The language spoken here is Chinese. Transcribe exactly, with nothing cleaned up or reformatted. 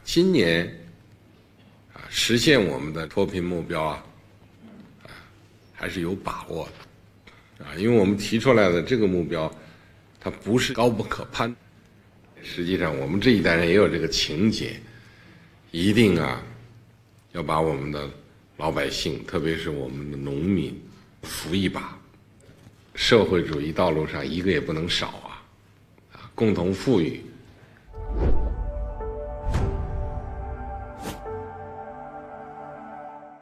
今年啊实现我们的脱贫目标啊，啊还是有把握的，啊，因为我们提出来的这个目标，它不是高不可攀，实际上我们这一代人也有这个情节，一定啊要把我们的老百姓，特别是我们的农民扶一把，社会主义道路上一个也不能少啊，啊，共同富裕。